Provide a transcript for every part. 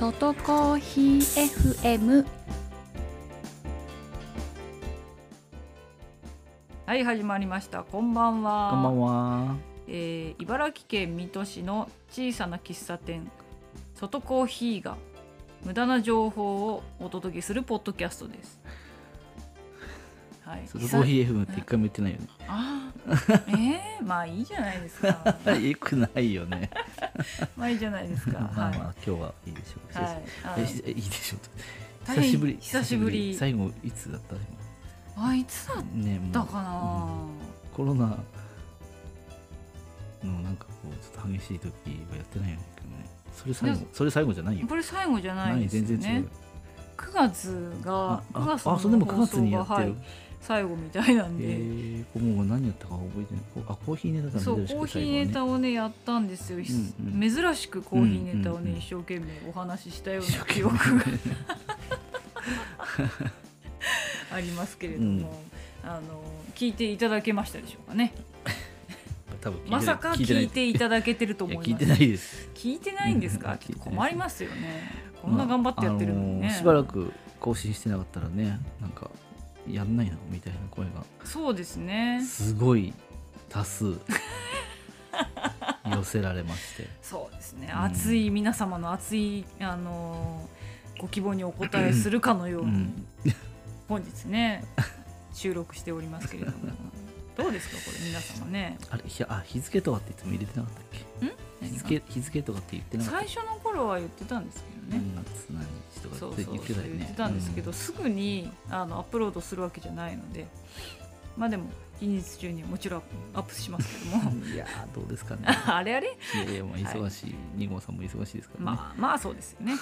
外コーヒー FM。 はい、始まりました。こんばんは。 こんばんは。 茨城県水戸市の小さな喫茶店外コーヒーが無駄な情報をお届けするポッドキャストです。はい、 外コーヒー FM って一回も言ってないよね。 あまあいいじゃないですか。 よくないよね。 まあいいじゃないですか。 まあまあ今日はいいでしょう。 はい、 いいでしょう。 久しぶり。 最後いつだった今。いつだったかな、 コロナのなんかこうちょっと激しい時はやってないよね。それ最後じゃないよ。 これ最後じゃないですね。 全然違う。 9月のそれでも9月にやってる、 はい、最後みたいなんで、 もう何やったか覚えてない。コーヒーネタだね。 そう、コーヒーネタをねやったんですよ、珍しくコーヒーネタをね、一生懸命お話ししたような記憶がありますけれども、聞いていただけましたでしょうかね。 多分まさか聞いていただけてると思います。 聞いてないです。 聞いてないんですか？ちょっと困りますよね。こんな頑張ってやってるのにね。 しばらく更新してなかったらね、なんかやんないのみたいな声が。 そうですね。 すごい多数寄せられまして。 そうですね。熱い皆様の熱いご希望にお答えするかのように、本日ね収録しておりますけれども。どうですかこれ皆様ね。 あれ日付とかっていつも入れてなかったっけ？日付とかって言ってなかったっけ？ 最初の頃は言ってたんですけどね。 何日とかって言ってたよね。 言ってたんですけど、すぐにアップロードするわけじゃないので、まあでも近日中にはもちろんアップしますけども。 いやどうですかね。 あれいやもう忙しい、2号さんも忙しいですからね。 まあそうですよね。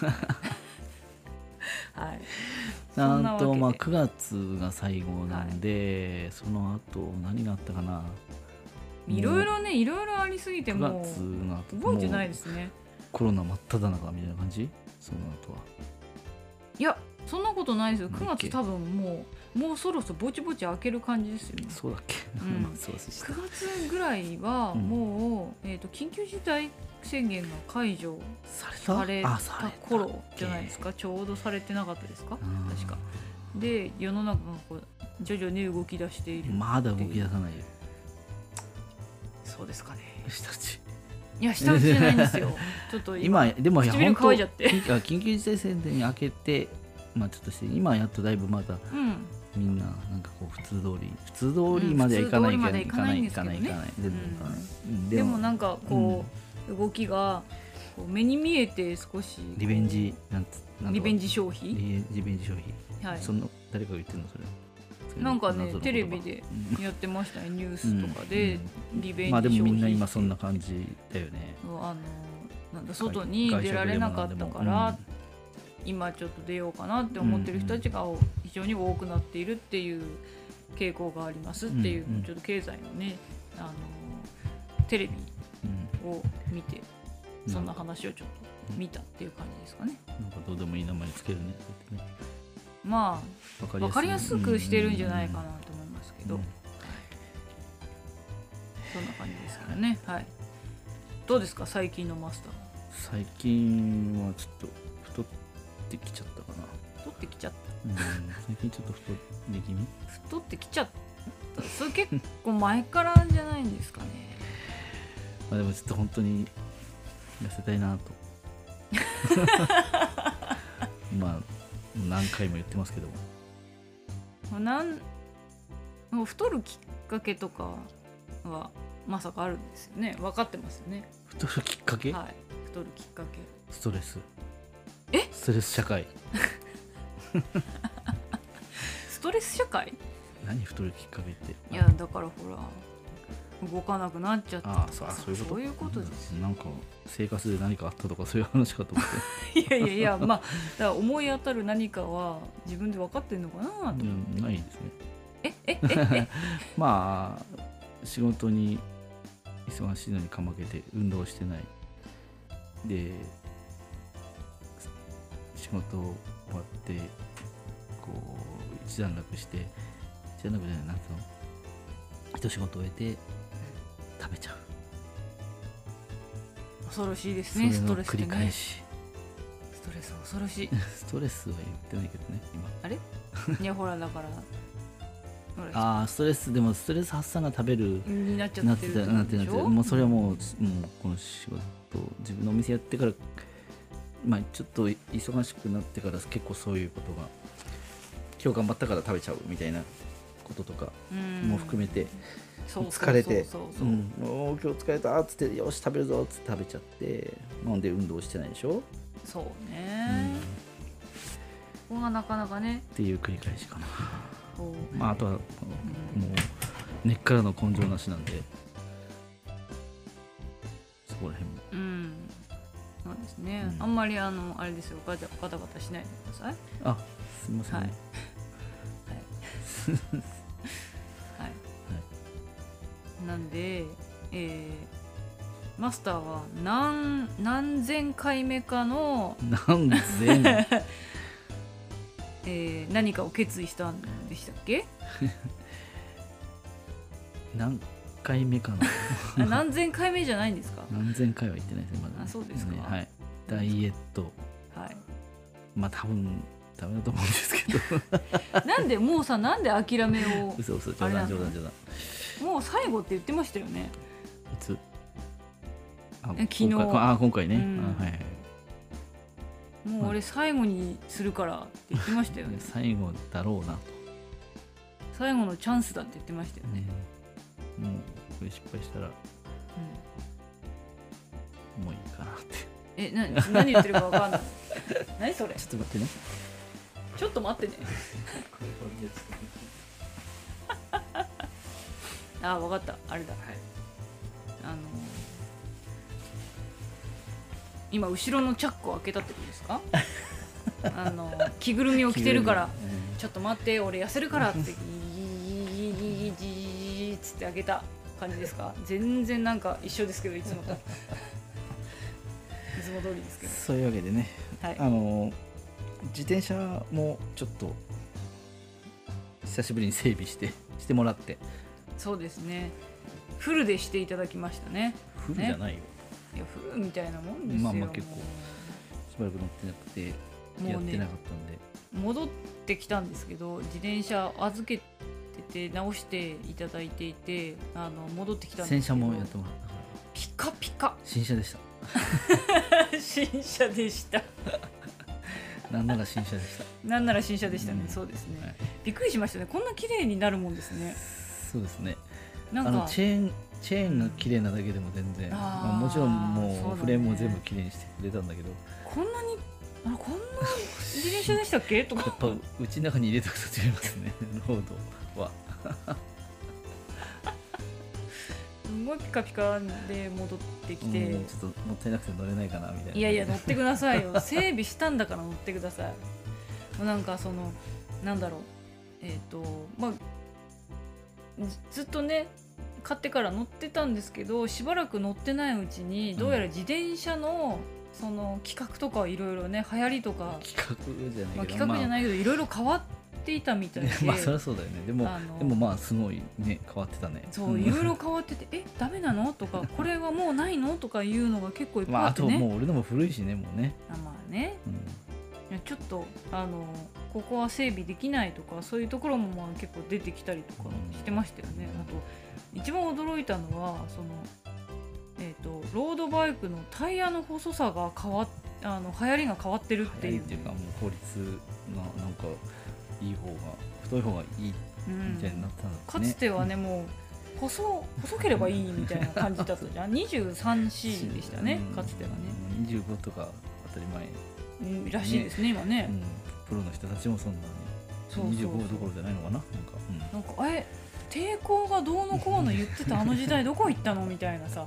はい。 なんと9月が最後なんで、その後何があったかな。 いろいろありすぎてもう覚えてないですね。 コロナ真っ只中みたいな感じ。その後は。 いやそんなことないですよ。9月多分もうそろそろぼちぼち開ける感じですよね。 そうだっけ。 9月ぐらいはもう緊急事態宣言が解除された頃じゃないですか。ちょうどされてなかったですか確かで、世の中がこう徐々に動き出している。 まだ動き出さないよ。 そうですかね。 下打ち。 いや下打ちじゃないんですよ。ちょっと今でも唇乾いちゃって緊急事態宣言開けてちょっとして今やっとだいぶまだみんななんかこう普通通りまではいかないけど、いかないでもなんかこう動きがこう目に見えて少しリベンジ消費、 はい、そんな誰かが言ってるのそれ。 なんかねテレビでやってましたね。ニュースとかでリベンジ消費。 まあでもみんな今そんな感じだよね。 なんだ外に出られなかったから、今ちょっと出ようかなって思ってる人たちが非常に多くなっているっていう傾向がありますっていう、ちょっと経済のねテレビを見てそんな話をちょっと見たっていう感じですかね。 なんかどうでもいい名前つけるね。 まあ分かりやすくしてるんじゃないかなと思いますけど、そんな感じですからね。はい。どうですか最近のマスター。 最近はちょっと太ってきちゃったかな。 太ってきちゃった。 最近ちょっと太ってきちゃった。それ結構前からじゃないんですかね。 でもちょっと本当に痩せたいなと。何回も言ってますけどもう太るきっかけとかはまさかあるんですよね。分かってますよね。 太るきっかけ？ はい、太るきっかけ。 ストレス。ストレス社会。 ストレス社会？ 何太るきっかけって？ いやだからほら動かなくなっちゃったとかそういうことですよ。 なんか生活で何かあったとかそういう話かと思って。いやまあだから思い当たる何かは自分で分かってるのかなと思って。 ないですね。まあ仕事に忙しいのにかまけて運動してないで仕事終わってこう一段落して一段落じゃないなんつうの一仕事終えて食べちゃう。 恐ろしいですね。ストレスってね。 繰り返し。 ストレス恐ろしいストレスは言ってないけどね今。 あれいやほらだからああストレスでもストレス発散が食べるになっちゃなってってるたなってなってもうそれはもうこの仕事自分のお店やってからまあちょっと忙しくなってから結構そういうことが今日頑張ったから食べちゃうみたいなこととかも含めて疲れてもう今日疲れたっつってよし食べるぞっつって食べちゃってなんで運動してないでしょ。 そうね、ここがなかなかねっていう繰り返しかな。まああとはもう根っからの根性なしなんでそこら辺もそうですね、あんまりあれですよガタガタしないでください。 あすみません、ね、 はいなんで、マスターは何千回目かの何千何かを決意したんでしたっけ何回目かな何千回目じゃないんですか。 何千回は言ってないですねまだ、ね、 あそうですか、 はい、ダイエットはいまあ多分ダメだと思うんですけどなんでもうさなんで諦めを嘘冗談もう最後って言ってましたよね。 いつ昨日今回ね、はいはいもう俺最後にするからって言ってましたよね最後だろうなと最後のチャンスだって言ってましたよね、 もうこれ失敗したら、もういいかなって何言ってるか分かんない何それちょっと待ってねちょっと待ってねあ分かったあれだ、今後ろのチャックを開けたってことですか着ぐるみを着てるからちょっと待って俺痩せるからってギージーつって開けた感じですか。全然なんか一緒ですけどいつもといつも通りですけど。 そういうわけでね、はい、自転車もちょっと久しぶりに整備してもらって。 そうですねフルでしていただきましたね。 フルじゃないよ、 いやフルみたいなもんですよ。 まあ結構しばらく乗ってなくてやってなかったんで、 戻ってきたんですけど自転車預けてて直していただいていて戻ってきたんですけど洗車もやってもらったからピカピカ新車でした新車でしたなんなら新車でしたなんなら新車でしたね、そうですね、はい、びっくりしましたね。こんな綺麗になるもんですね。 そうですね。 なんかチェーンが綺麗なだけでも全然、もちろんもうフレームも全部綺麗にしてくれたんだけど、 こんな自転車でしたっけとかやっぱうちの中に入れておくと違いますねロードはすごいピカピカで戻ってきて、 ちょっともったいなくて乗れないかなみたいな。 いや乗ってくださいよ整備したんだから乗ってください。もうなんかなんだろうまあずっとね買ってから乗ってたんですけどしばらく乗ってないうちにどうやら自転車のその企画とかいろいろね流行りとか企画じゃないけどいろいろ変わっていたみたいでまあそりゃそうだよね。でもまあすごいね変わってたね。 そういろいろ変わっててダメなのとかこれはもうないのとかいうのが結構いっぱいあってね。 あともう俺のも古いしねもうね。 まあね、いやちょっとここは整備できないとかそういうところもまあ結構出てきたりとかしてましたよね。あと一番驚いたのはロードバイクのタイヤの細さが流行りが変わってるっていう。 っていうかもう効率がなんかいい方が太い方がいいみたいになったんだね。 かつてはねもう細ければいいみたいな感じだったじゃん23C でしたね、かつてはね。 25とか当たり前、 らしいですね今ね、 プロの人たちもそんなに25どころじゃないのかな。なんか抵抗がどうのこうの言ってた時代どこ行ったのみたいなさ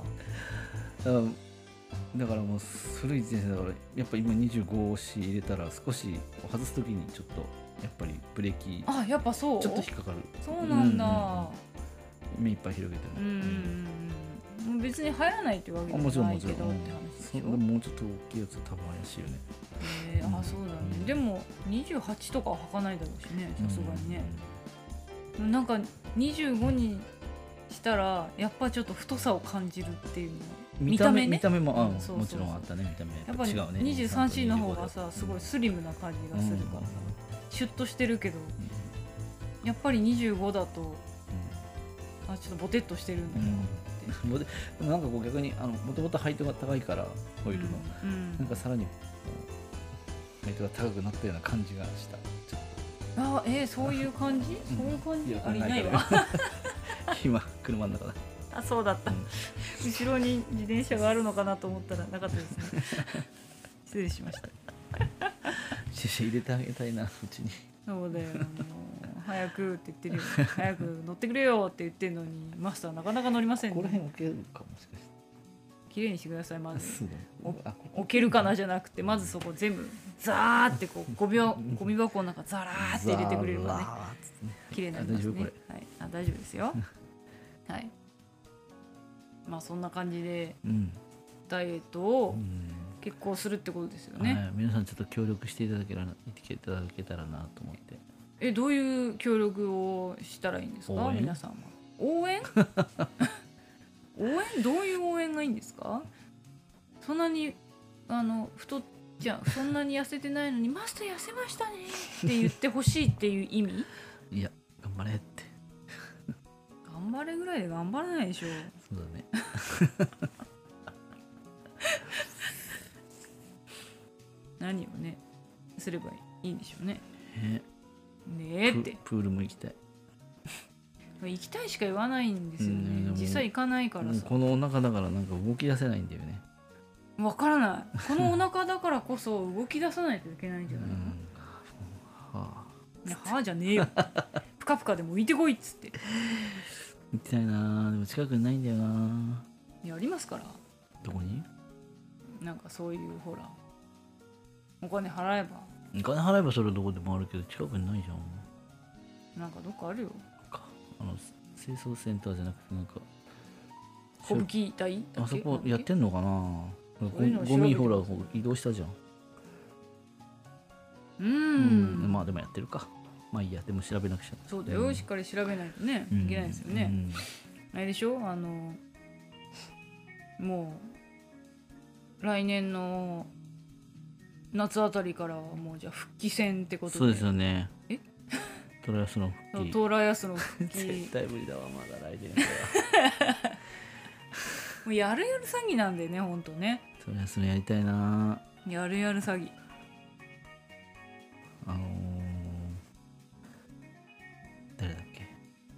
だからもう古い自転車だからやっぱ今 25C 入れたら少し外すときにちょっとやっぱりブレーキやっぱそうちょっと引っかかる。 そうなんだ、 目いっぱい広げても別に入らないってわけじゃないけどって話でしょ。 もうちょっと大きいやつ多分怪しいよね。 そうだね。でも28とかは履かないだろうしねさすがにね。なんか25にしたらやっぱちょっと太さを感じるっていうの見た目ね見た目も、 そうそうそう、 もちろんあったね。見た目やっぱり違うね。 23C の方がさすごいスリムな感じがするからさ、シュッとしてるけど、やっぱり25だとあちょっとボテッとしてるんだよなって、 でもなんかこう逆にもともとハイトが高いからホイールの、なんかさらにハイトが高くなったような感じがした。ちょっとそういう感じ、そういう感じ、 いやあれいないわ今車の中だ。 あ、そうだった、後ろに自転車があるのかなと思ったらなかったですね失礼しました。 シシ入れてあげたいな、うちに。 そうだよ、早くって言ってるよ早く乗ってくれよって言ってるのにマスターなかなか乗りませんね。 ここら辺置けるかもしかして。 綺麗にしてください。まずこ置けるかなじゃなくて、まずそこ全部ザーってこうゴミ箱の中ザラーって入れてくれればね綺麗になりますね。はい、大丈夫ですよはい、まあそんな感じで、ダイエットを結構するってことですよね。 はい、皆さんちょっと協力していただけたらなと思って。 どういう協力をしたらいいんですか、皆さんは。応援応援、どういう応援がいいんですか。そんなに太っちゃう、そんなに痩せてないのにマスター痩せましたねって言ってほしいっていう意味。 いや、頑張れって頑張れぐらいで頑張らないでしょ。 そうだね何をねすればいいんでしょうね。ねえってプールも行きたい。 行きたいしか言わないんですよね。実際行かないからさ。 このお腹だからなんか動き出せないんだよね。 わからない。このお腹だからこそ動き出さないといけないんじゃないの。はあじゃねえよぷかぷかでも浮いてこいっつって。 行きたいな。でも近くにないんだよな。 ありますから。 どこに。 なんかそういうほらお金払えば。 お金払えばそれはどこでもあるけど近くにないじゃん。 なんかどっかあるよ。 清掃センターじゃなくてなんか小吹台あそこやってんのかな。ゴミほら移動したじゃん。まあでもやってるか。まあいいや、でも調べなくちゃ。 そうだよ、しっかり調べないとねいけないですよね。あれでしょ、もう来年の夏あたりからはもうじゃあ復帰戦ってことで。 そうですよね。トライアスの復帰。 トライアスの復帰絶対無理だわ、まだ来年はもうやる詐欺なんでね、ほんとね。 トライアスのやりたいな。 やる詐欺。 誰だっけ。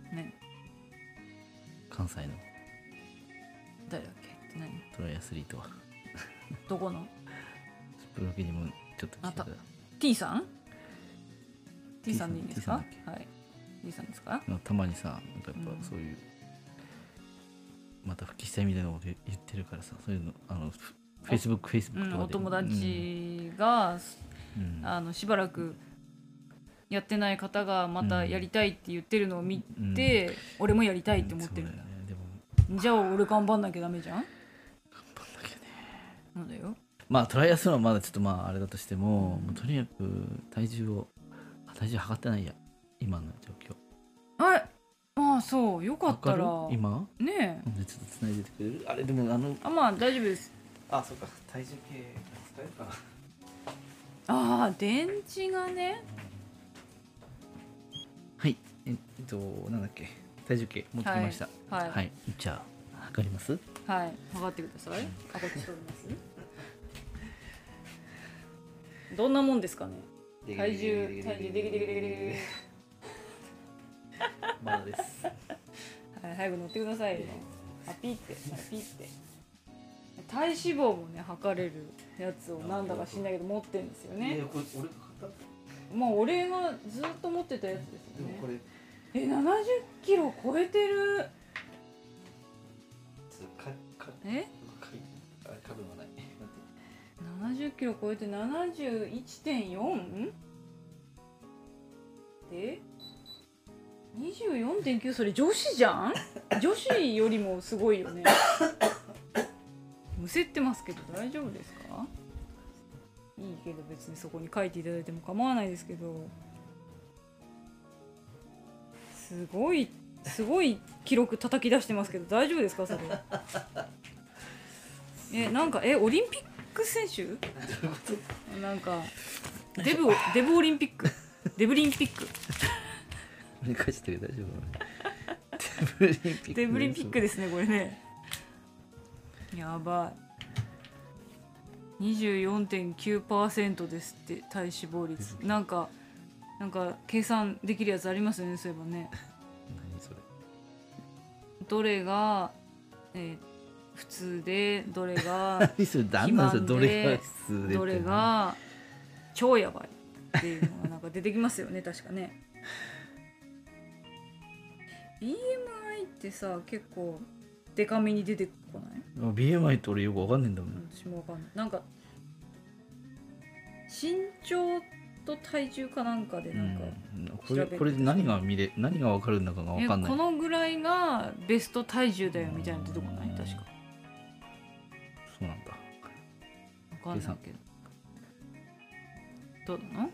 関西の誰だっけって何。 トライアスリートはどこのプロケにもちょっと来てた。 T さん T さんでいいんですか。はい、 T さんですか。 たまにさ、なんかやっぱそういう、また復帰したいみたいなこと言ってるからさ、そういうのフェイスブックとかで、 お友達が、しばらくやってない方がまたやりたいって言ってるのを見て、俺もやりたいって思ってるんだ。じゃあ俺頑張んなきゃダメじゃん。頑張んなきゃね。 なんだよ。 まあトライアスロンはまだちょっとまああれだとしても、もうとにかく体重測ってないや、今の状況。 ああ、そう、よかったら今ねえ、ちょっと繋いでてくれる。あれでもまあ大丈夫です。 あ、そうか、体重計使えるかな。 ああ、電池がね。 はい、なんだっけ、体重計持ってきました。はい、じゃあ測ります。 はい、測ってください。こっち取ります。どんなもんですかね。体重できまだです。 はい、早く乗ってくださいよ。ピッて。体脂肪もね測れるやつをなんだか知んないけど持ってるんですよね。 これ俺が買った。 まあ俺がずっと持ってたやつですよね。 でもこれ 70キロ超えてる。 株はない。 70キロ超えて 71.4 で 24.9。 それ女子じゃん。女子よりもすごいよね。むせってますけど大丈夫ですか。いいけど別にそこに書いていただいても構わないですけど、すごい記録叩き出してますけど大丈夫ですかそれ。 なんかオリンピック選手なんかデブオリンピックデブリンピックこれ書いてたけど大丈夫？ デブリンピックですねこれね。やばい 24.9% ですって体脂肪率。なんか計算できるやつありますよねそういえばね。 何それ？ どれが、普通でどれが肥満でどれが普通でどれが超やばいっていうのがなんか出てきますよね確かね。BMI ってさ結構デカめに出てこない？ BMI って俺よくわかんないんだもん。 私もわかんない。なんか身長と体重かなんかでなんかこれで何がわかるんだかがわかんない。 このぐらいがベスト体重だよみたいなの出てこない？確かそうなんだ。 わかんないけどどうなの？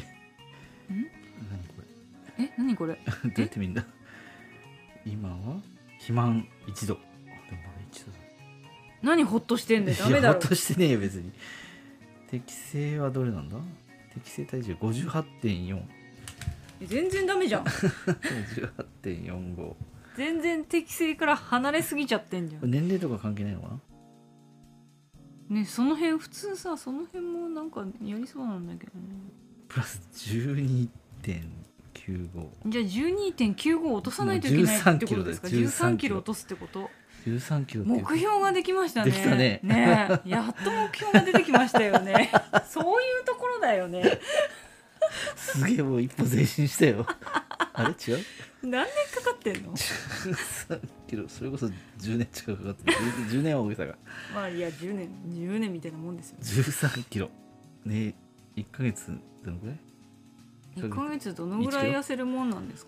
何これどうやって見んだ？今は肥満1度。でもまだ1度だ。 何ホッとしてんだよ。ダメだろ。 ホッとしてねえよ別に。適正はどれなんだ？適正体重 58.4。 全然ダメじゃん。 58.45。 全然適正から離れすぎちゃってんじゃん。 年齢とか関係ないのかな？ ね、その辺普通さ、その辺もなんかやりそうなんだけどね。 プラス 12.95。 じゃあ 12.95 落とさないといけないってことですか？13キロ落とすってこと？ 13キロって目標ができましたね。 できたね。 ねえ、やっと目標が出てきましたよね。そういうところだよね。 すげえもう一歩前進したよ。あれ違う？ 何年かかってんの ？13キロ、それこそ10年近くかかってる。10年は大げさが。 まあいや10年みたいなもんですよ。 13キロ。ね、1ヶ月どのぐらい ？1ヶ月どのぐらい痩せるもんなんですか？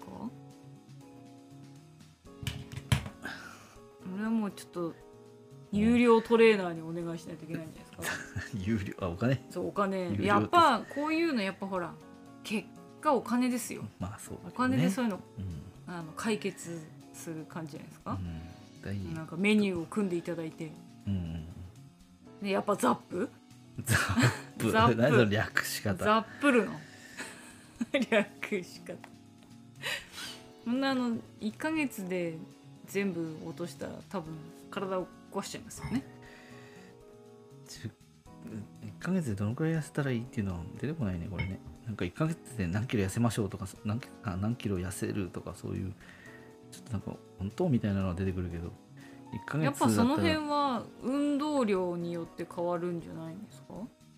俺はもうちょっと有料トレーナーにお願いしないといけないんじゃないですか。 有料、あ、お金？ そう、お金。やっぱこういうのやっぱほら結果お金ですよ。 まあそうだね。 お金でそういうの、解決する感じじゃないですか。なんかメニューを組んでいただいて、でやっぱザップ？ ザップ。何その略し方？ ザップルの略し方。そんな1ヶ月で全部落としたら多分体を壊しちゃいますよね。 1ヶ月でどのくらい痩せたらいいっていうのは出てこないねこれね。なんか1ヶ月で何キロ痩せましょうとか何キロ痩せるとかそういうちょっとなんか本当みたいなのは出てくるけど、1ヶ月やっぱその辺は運動量によって変わるんじゃないんですか？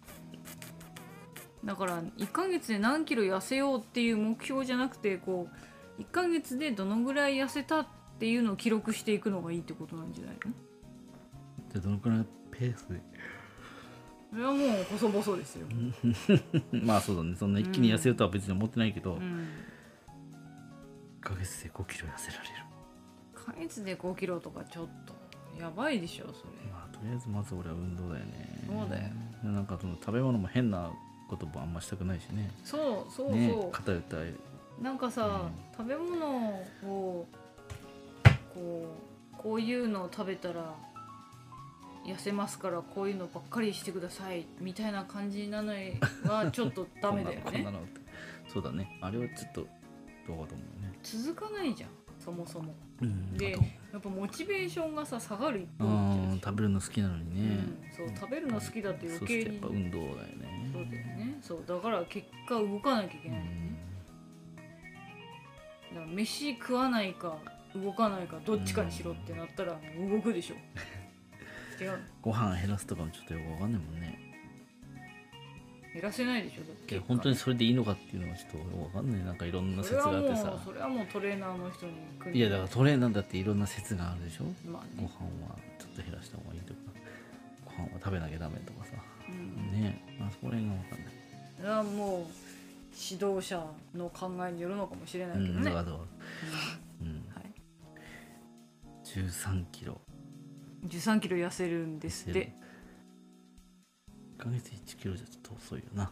だから1ヶ月で何キロ痩せようっていう目標じゃなくて、こう1ヶ月でどのぐらい痩せたっていうのを記録していくのがいいってことなんじゃないの？ じゃあどのくらいペースで？ それはもう細々ですよ。 まあそうだね、そんな一気に痩せようとは別に思ってないけど、1ヶ月で5キロ痩せられる。 1ヶ月で5キロとかちょっとやばいでしょそれ。 まあとりあえずまず俺は運動だよね。 そうだよ。 なんかその食べ物も変なこともあんましたくないしね。 そうね、偏ったなんかさ、食べ物をこういうのを食べたら痩せますからこういうのばっかりしてくださいみたいな感じなのはちょっとダメだよね。 そうだね、あれはちょっとどうかと思うね。 続かないじゃんそもそも。でやっぱモチベーションがさ下がる一方食べるの好きなのにね。 そう食べるの好きだって余計に。 やっぱ運動だよね。 そうだよね。そうだから結果動かなきゃいけないよね。だから飯食わないか動かないかどっちかにしろってなったら動くでしょ。違う。 ご飯減らすとかもちょっとよくわかんないもんね。 減らせないでしょ。だって本当にそれでいいのかっていうのはちょっとわかんない。なんかいろんな説があってさ。 それはもうトレーナーの人に組んで。 いやだからトレーナーだっていろんな説があるでしょ。 まあね、 ご飯はちょっと減らした方がいいとか、ご飯は食べなきゃダメとかさ。ねえ、まあそこら辺がわかんない。 それはもう指導者の考えによるのかもしれないけどね。 はい。13キロ。 13キロ痩せるんですって。 1ヶ月1キロじゃちょっと遅いよな。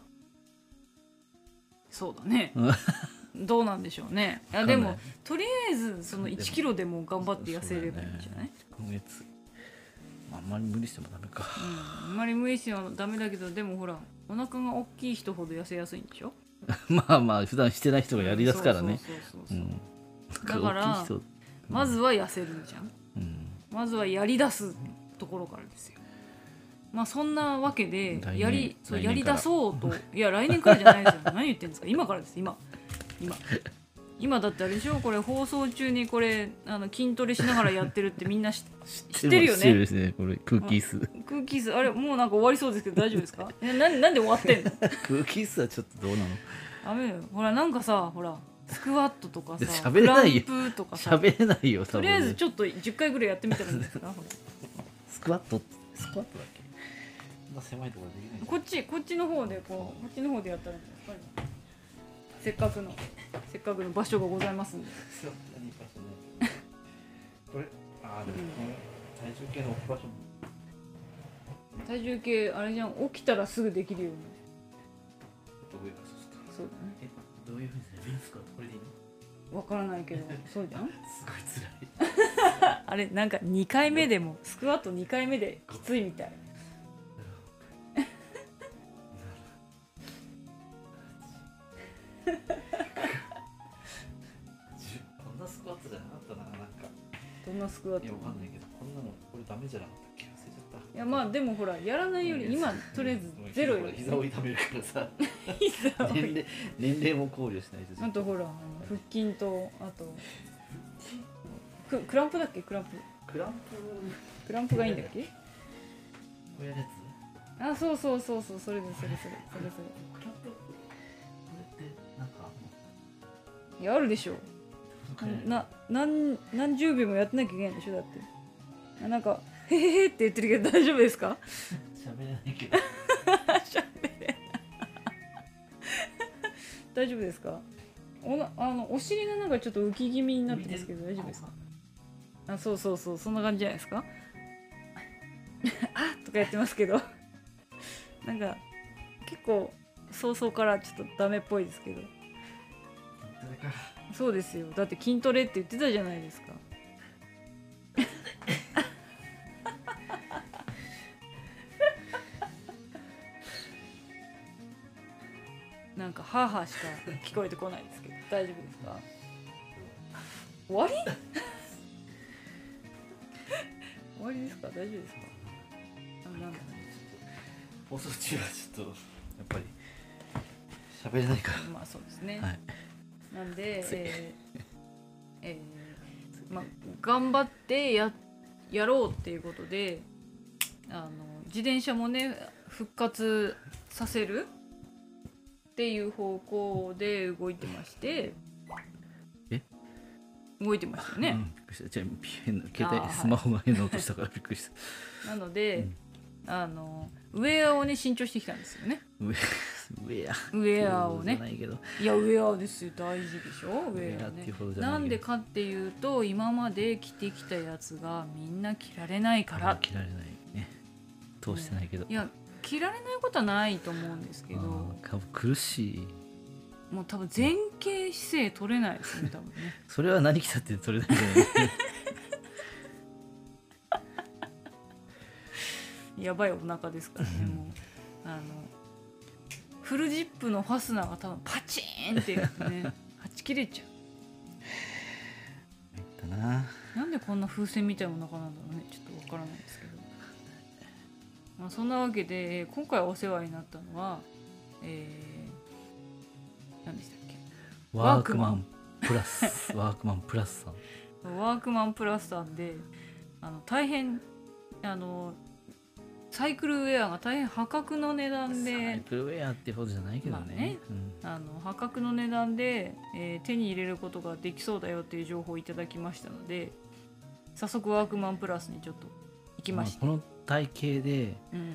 そうだね。どうなんでしょうね。いやでもとりあえずその1キロでも頑張って痩せればいいんじゃない？ 今月まあんまり無理してもダメか。 あんまり無理してもダメだけど、でもほらお腹が大きい人ほど痩せやすいんでしょ。 まあまあ普段してない人がやりだすからね。 そうそうそうそう、 うん、 だから大きい人、 まずは痩せるじゃん。 うん、 まずはやりだすところからですよ。まあそんなわけで来年やからりだそうと、いや来年からじゃないですよ。何言ってんですか、今からです。今だってあれでしょ、これ放送中にこれ筋トレしながらやってるってみんな知ってるよ知ってるね。 ですね。これクッキース。 空気数あれもうなんか終わりそうですけど大丈夫ですか。なんで終わってんの。 クッキースはちょっとどうなの。 ダメよ。ほらなんかさ、ほらスクワットとかさ、 喋れないよプランプとかさ、 喋れないよ。 とりあえずちょっょっと10回ぐらいやってみたらいいんですか。ほらスクワットだっけ。そんな狭いところでできない。 こっちの方でこうやったらいいんですか。せっかくの場所がございますんで。 これでも体重計の置く場所も。 体重計あれじゃん、起きたらすぐできるように。そうだね。 どういうふうにするんですか。これでいいの。 わからないけどそうじゃん。 すごい辛い。 あれなんか2回目でもスクワット2回目できついみたい。 こんなスクワットじゃなかったな。なんかどんなスクワット。 いやわかんないけど、こんなのこれダメじゃなかったっけ。忘れちゃった。 いやまあでもほらやらないより今とりあえずゼロより、 膝を痛めるからさ。 膝を年齢も考慮しないと。 あとほら腹筋とあとクランプだっけ。クランプがいいんだっけ。 こうやるやつ。 あ、そうそれです。 クランプこれってなんかいやあるでしょ。何十秒もやってなきゃいけないんでしょ。だってなんかへへへって言ってるけど大丈夫ですか。 喋れないけど。 大丈夫ですか。お尻がなんかちょっと浮き気味になってますけど大丈夫ですか。あ、そうそんな感じじゃないですか。あとかやってますけどなんか結構早々からちょっとダメっぽいですけど。そうですよ、だって筋トレって言ってたじゃないですか。なんかハーハーしか聞こえてこないですけど大丈夫ですか。終わり終わりですか。大丈夫ですか。なんだ放送中はちょっとやっぱり喋れないから。 まあそうですね、 はい、 なんでまあ、頑張ってやろうっていうことで自転車もね復活させるっていう方向で動いてまして。動いてましたよね、 びっくりした。じゃあ変な携帯はいスマホが変な音したからびっくりした。 なので、ウェアをね新調してきたんですよね。 ウェアをね。 じゃないけど。 いやウェアですよ、大事でしょウェアっていうね。 ほどじゃないけど。 なんでかっていうと今まで着てきたやつがみんな着られないから。 着られないね。通してないけど。 いや着られないことはないと思うんですけど、 苦しい。 もう多分前傾姿勢取れないですね多分ね。 それは何着たって取れないんじゃないやばいお腹ですからね。もうフルジップのファスナーが多分パチーンってねはち切れちゃう。なんでこんな風船みたいなお腹なんだろうね。ちょっとわからないですけど、まあ、そんなわけで今回お世話になったのは何でしたっけ。 ワークマンプラスさん。 ワークマンプラスさんで大変サイクルウェアが大変破格の値段で、 サイクルウェアってほどじゃないけどね、 破格の値段で、手に入れることができそうだよっていう情報をいただきましたので、早速ワークマンプラスにちょっと行きました。 この体型で、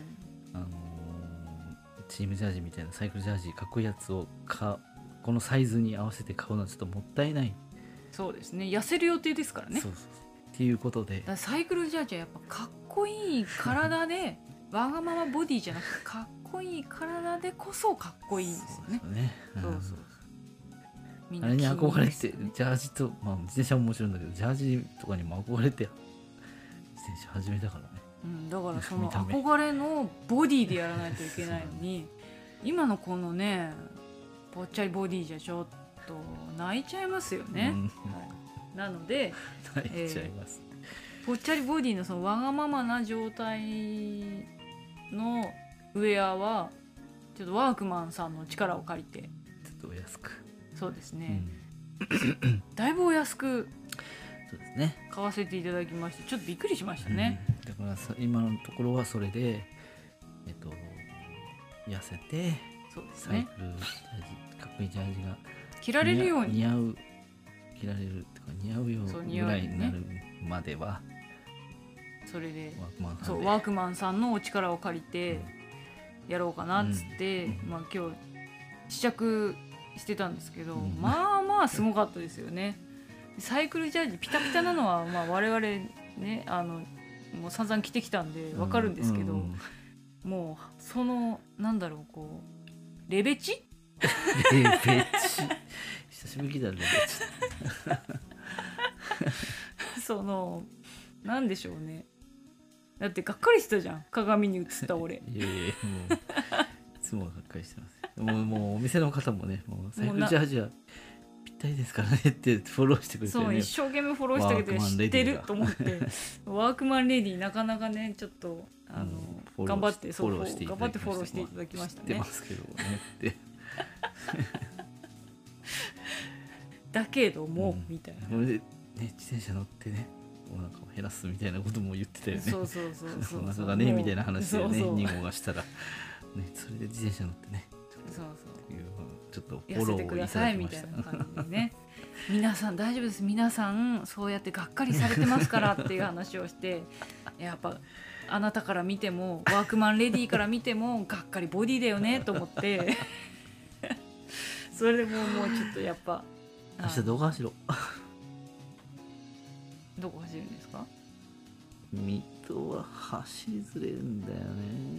チームジャージみたいなサイクルジャージかっこいいやつをこのサイズに合わせて買うのはちょっともったいない。 そうですね、痩せる予定ですからね。 そうっていうことで、 サイクルジャージはやっぱかっこいい体でわがままボディじゃなくてかっこいい体でこそかっこいいんですよね。そうみんなあれに憧れてジャージと、自転車ももちろんだけどジャージとかにも憧れて自転車始めたからね。 だからその見た目憧れのボディでやらないといけないのに今のこのねぽっちゃりボディじゃちょっと泣いちゃいますよね、なので泣いちゃいます、 ぽっちゃりボディのそのわがままな状態のウェアはちょっとワークマンさんの力を借りてちょっとお安く、 そうですね、 うんだいぶお安くそうですね、 買わせていただきましてちょっとびっくりしましたね、 だから今のところはそれで痩せてそうですねサイクルジャージかっこいいジャージが着られるように似合う着られるとか似合うよそうぐらいになるまではそれでワークマンさんでそうワークマンさんのお力を借りてやろうかなっつって、まあ、今日試着してたんですけど、まあまあすごかったですよね。サイクルジャージピタピタなのは、まあ、我々ねもう散々着てきたんで分かるんですけど、もうそのなんだろうこうレベチレベチ久しぶりだねレベチそのなんでしょうね。だってがっかりしてたじゃん鏡に映った俺。 いやいやもういつもがっかりしてますもうお店の方もねもうサイクルジャージはぴったりですからねってフォローしてくれてね。 そう一生懸命フォローしてくれて知ってると思ってワークマンレディなかなかねちょっと頑張ってフォローしていただきましたね。 知ってますけどねってだけども、みたいなそれで、ね、自転車乗ってねお腹を減らすみたいなことも言ってたよね。 そうお腹がねみたいな話でねそう 2号がしたら、ね、それで自転車乗ってねちょっとフォローをいただきました。 痩せてくださいみたいな感じでね皆さん大丈夫です皆さんそうやってがっかりされてますからっていう話をしてやっぱあなたから見てもワークマンレディから見てもがっかりボディだよねと思ってそれでもうちょっとやっぱ明日動画走ろうどこ走るんですか？ 水戸は走りづれるんだよね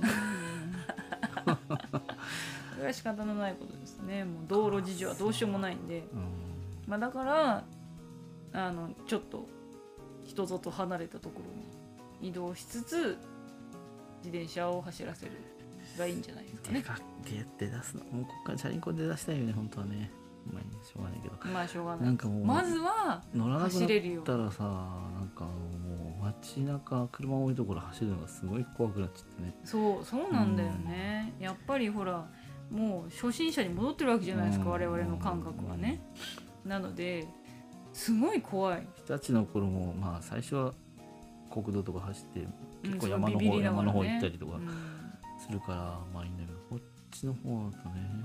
それは仕方のないことですね。もう道路事情はどうしようもないんで、まあ、だからちょっと人里離れたところに移動しつつ自転車を走らせるがいいんじゃないですかね。 出だすのもうここからチャリンコで出したいよね本当はね。まあしょうがないけどまあしょうがない。 なんかもうまずは乗らなく走れるよなったらさなんかもう街中車多いところ走るのがすごい怖くなっちゃってね。 そうなんだよね、やっぱりほらもう初心者に戻ってるわけじゃないですか、我々の感覚はね。なのですごい怖い。 日立の頃もまあ最初は国道とか走って結構うん山の方、 ビビりながらね山の方行ったりとかするからまあいいんだけどこっちの方だとね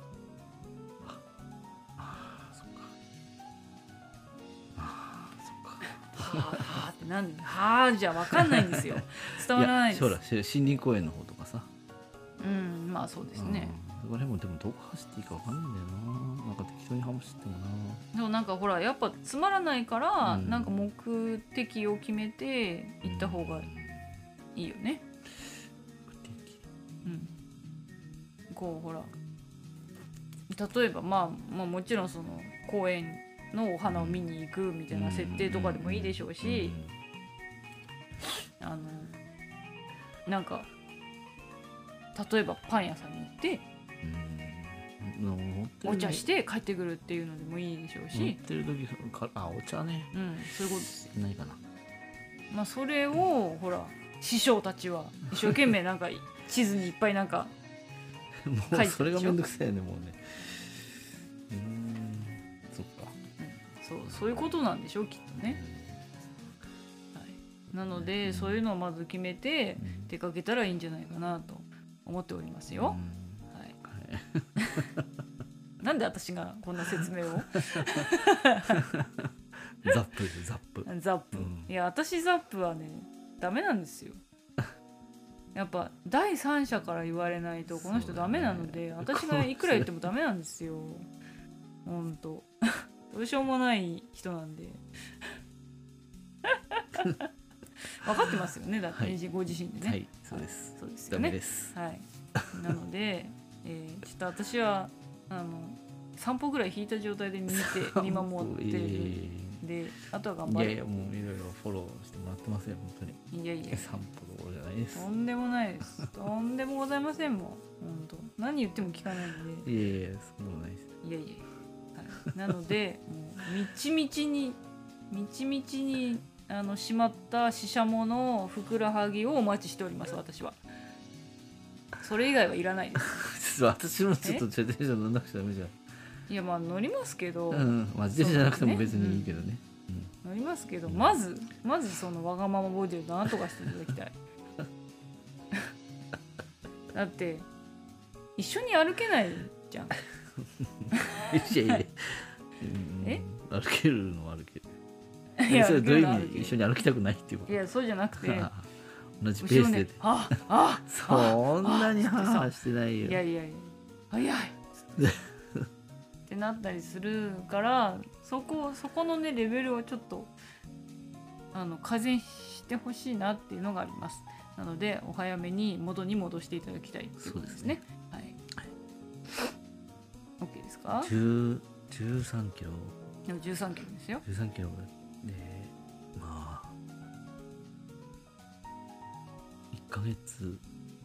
はあってなんではあじゃ分かんないんですよ伝わらないです。 ほら森林公園の方とかさまあそうですね、 そこら辺もでもどこ走っていいか分かんないんだよな。なんか適当に走ってもな。 でもなんかほらやっぱつまらないから、なんか目的を決めて行った方がいいよね。こうほら例えば、まあもちろんその公園のお花を見に行くみたいな設定とかでもいいでしょうし、なんか例えばパン屋さんに行ってお茶して帰ってくるっていうのでもいいでしょうし、 乗ってる時お茶ね、 そういうことですないかな。 まあそれをほら師匠たちは一生懸命なんか地図にいっぱいなんかもうそれがめんどくさいよねもうね。そっか、 そういうことなんでしょうきっとね。なので、そういうのをまず決めて出かけたらいいんじゃないかなと思っておりますよ。なんで私がこんな説明をザップ、 いや私ザップはねダメなんですよ。やっぱ第三者から言われないとこの人ダメなので、私がいくら言ってもダメなんですよ。ほんとどうしようもない人なんで分かってますよねだって、ご自身でね。 はいそうです。 そうですよね。 ダメです。 はい。なので、ちょっと私は散歩ぐらい引いた状態で見守ってるんであとは頑張る。 いやいや、もういろいろフォローしてもらってますよ、本当に。 いやいや、 散歩どころじゃないです。 とんでもないです。とんでもございませんもん。本当何言っても聞かないので。 いやいや、そんなことないです。 いやいや、はい、なのでもうみちみちにしまったししゃものふくらはぎをお待ちしております。私はそれ以外はいらないです。 私もちょっとテンション乗んなくちゃダメじゃん。 いや、まあ乗りますけど、 まあ自転車じゃなくても別にいいけどね。 乗りますけど、まずそのわがままボディをなんとかしていただきたい。だって一緒に歩けないじゃん。 いやいや、歩けるのは歩ける。 いや、 それどういう意味で一緒に歩きたくないっていうこと？ いや、そうじって同じペースで、そんなにハーしてないよ。 いやいやいや、早いってなったりするから、そこのねレベルをちょっと改善してほしいなっていうのがあります。なのでお早めに元に戻していただきたいっていうことですね。はい。OK ですか ？13キロ。 でも13キロですよ。 13キロで、まあ1ヶ月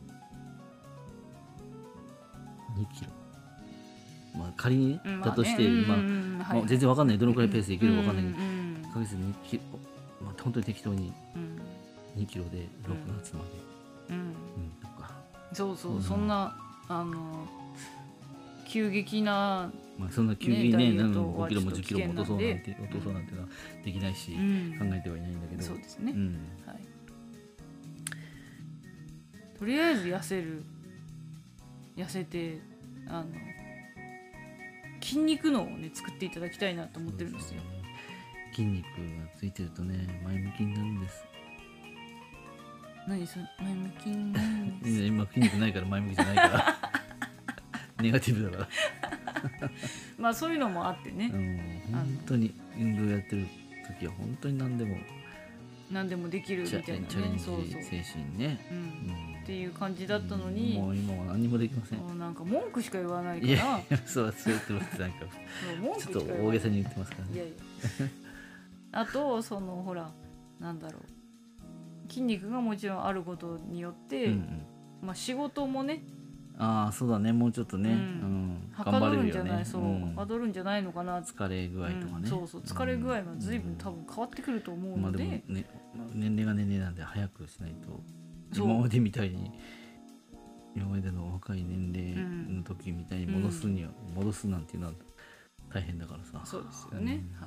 2キロ。まあ仮にだとして今全然わかんない、どのくらいペースでいけるかわかんないけど、1ヶ月2キロ、まあ本当に適当に2キロで6月まで。とか。 そうそう、そんな急激な、 まあそんな急激にね、5キロも10キロも落とそうなんてのはできないし、考えてはいないんだけど。 そうですね。はい。とりあえず痩せて筋肉脳をね作っていただきたいなと思ってるんですよ。 筋肉がついてるとね、前向きになるんです。 何それ、前向きになるんです。 今筋肉ないから前向きじゃないからネガティブだからまあそういうのもあってね、 本当に運動やってる時は本当に何でもできるみたいなね、 チャレンジ精神ね、 っていう感じだったのに、 もう今は何もできません。 もうなんか文句しか言わないから。 いやそう言ってます。なんかちょっと大げさに言ってますからね。 いやいやあとほらなんだろう、筋肉がもちろんあることによって、まあ仕事もね、 そうだね、もうちょっとね、 はかどるんじゃない、はかどるんじゃないのかな。 疲れ具合とかね、 そう疲れ具合が随分多分変わってくると思うので、 まあでもね、年齢が年齢なんで早くしないと、今までみたいに今までの若い年齢の時みたいに戻すなんていうのは大変だからさ。 そうですよね。はい。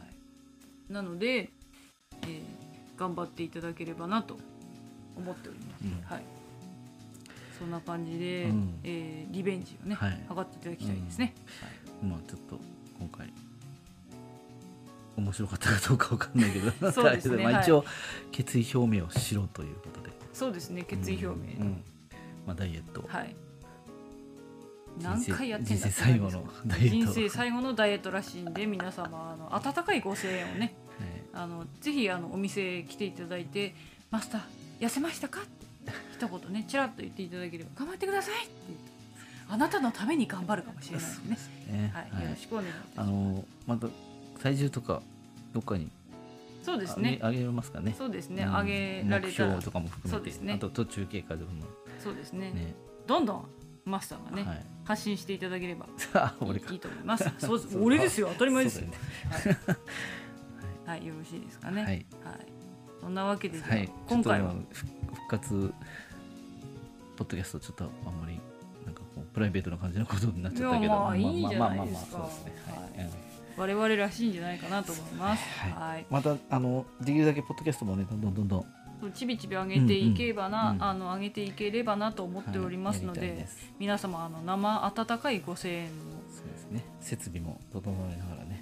なので、頑張っていただければなと思っております。はい。そんな感じで、リベンジをね、図っていただきたいですね。 まあちょっと今回面白かったかどうかわかんないけど、 そうですね。 一応決意表明をしろということで。 そうですね、決意表明。 まあダイエット。 はい。何回やってんだ。 人生最後のダイエット。 人生最後のダイエットらしいんで、皆様温かいご声援をね、ぜひお店来ていただいて、マスター痩せましたかって一言ね、ちらっと言っていただければ、頑張ってくださいって言って、あなたのために頑張るかもしれないですね。はい、よろしくお願いいたします。 また体重とかどっかにそうですね、 上げますかね。 そうですね、上げられたら目標とかも含めて、あと途中経過でもそうですね、どんどんマスターがね発信していただければいいと思います。そうです、俺ですよ、当たり前ですよ。はい、よろしいですかね。はい、そんなわけで今回は復活ポッドキャスト、ちょっとあんまりなんかこうプライベートな感じのことになっちゃったけど、 まあいいじゃないですか。我々らしいんじゃないかなと思います。はい。 またできるだけポッドキャストもね、どんどんちびちび上げていけばな、上げていければなと思っておりますので、皆様生温かいご声援を、 そうですね、設備も整えながらね、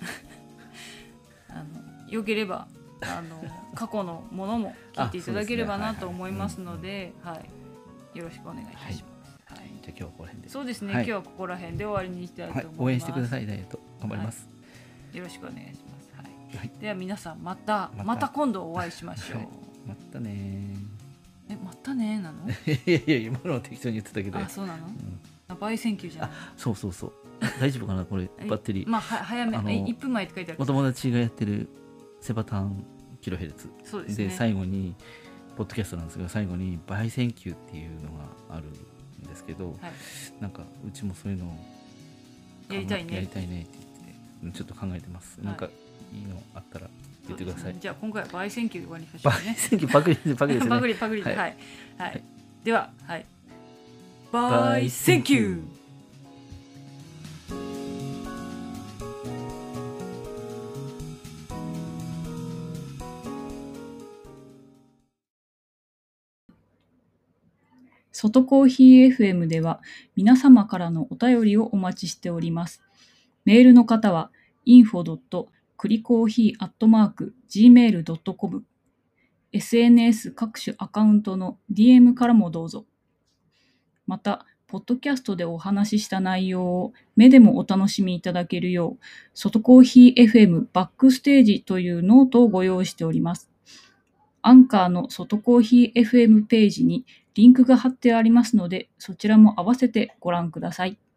よければ過去のものも聞いていただければなと思いますので、よろしくお願いいたします。 じゃあ今日はここら辺で。 そうですね、今日はここら辺で終わりにしたいと思います。 応援してください、ダイエット頑張ります。 よろしくお願いします。では皆さんまた今度お会いしましょう。 またね。 またねなの？ いや今のは適当に言ってたけど。 そうなの？焙煎機じゃん。 そう大丈夫かなこれバッテリー。 まあ早め1分前って書いてある。 お友達がやってるセバタンキロヘルツそうですね。 で最後にポッドキャストなんですが最後に焙煎球っていうのがあるんですけど、 はい、 なんかうちもそういうのをやりたいねって言ってちょっと考えてます、 はい、 なんかいいのあったら言ってください、 じゃあ今回は焙煎球で終わりにしましょうね。 焙煎球パクリですねパクリで、はいはい、はい、では、はい、焙煎球。外コーヒー FM では皆様からのお便りをお待ちしております。メールの方は info.kuricoffee@gmail.com、 SNS 各種アカウントの DM からもどうぞ。また、ポッドキャストでお話しした内容を目でもお楽しみいただけるよう、外コーヒー FM バックステージというノートをご用意しております。アンカーの外コーヒー FM ページにリンクが貼ってありますので、そちらも合わせてご覧ください。